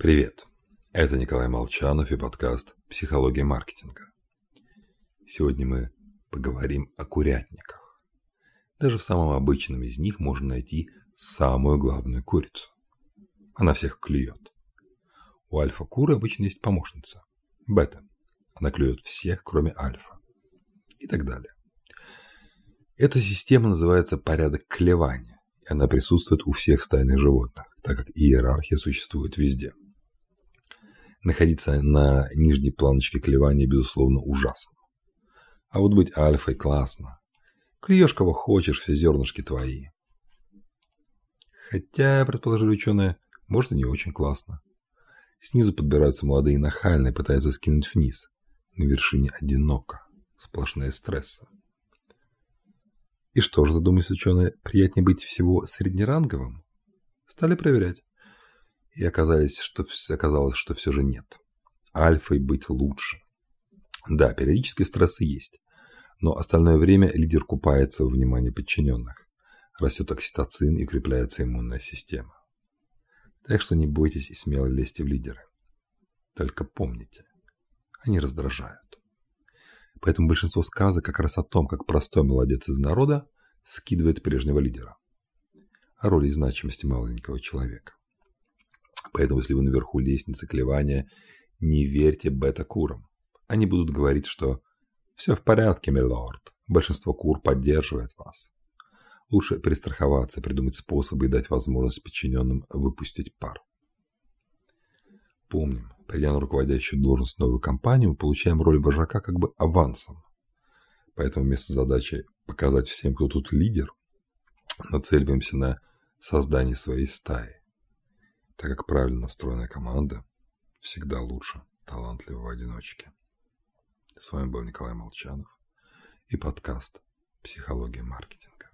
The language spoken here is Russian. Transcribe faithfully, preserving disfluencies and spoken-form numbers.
Привет, это Николай Молчанов и подкаст «Психология маркетинга». Сегодня мы поговорим о курятниках. Даже в самом обычном из них можно найти самую главную курицу. Она всех клюет. У альфа-куры обычно есть помощница – бета. Она клюет всех, кроме альфа. И так далее. Эта система называется порядок клевания, и она присутствует у всех стайных животных, так как иерархия существует везде. Находиться на нижней планочке клевания, безусловно, ужасно. А вот быть альфой классно. Клюешь кого хочешь, все зернышки твои. Хотя, предположили ученые, может и не очень классно. Снизу подбираются молодые нахальные, пытаются скинуть вниз. На вершине одиноко. Сплошные стрессы. И что же, задумались ученые, приятнее быть всего среднеранговым? Стали проверять. И оказалось, что, оказалось, что все же нет. Альфой быть лучше. Да, периодические стрессы есть. Но остальное время лидер купается в внимании подчиненных. Растет окситоцин и укрепляется иммунная система. Так что не бойтесь и смело лезьте в лидеры. Только помните, они раздражают. Поэтому большинство сказок как раз о том, как простой молодец из народа скидывает прежнего лидера. О роли и значимости маленького человека. Поэтому, если вы наверху лестницы клевания, не верьте бета-курам. Они будут говорить, что все в порядке, милорд. Большинство кур поддерживает вас. Лучше перестраховаться, придумать способы и дать возможность подчиненным выпустить пар. Помним, придя на руководящую должность в новую компанию, мы получаем роль вожака как бы авансом. Поэтому вместо задачи показать всем, кто тут лидер, нацеливаемся на создание своей стаи. Так как правильно настроенная команда всегда лучше талантливого одиночки. С вами был Николай Молчанов и подкаст «Психология маркетинга».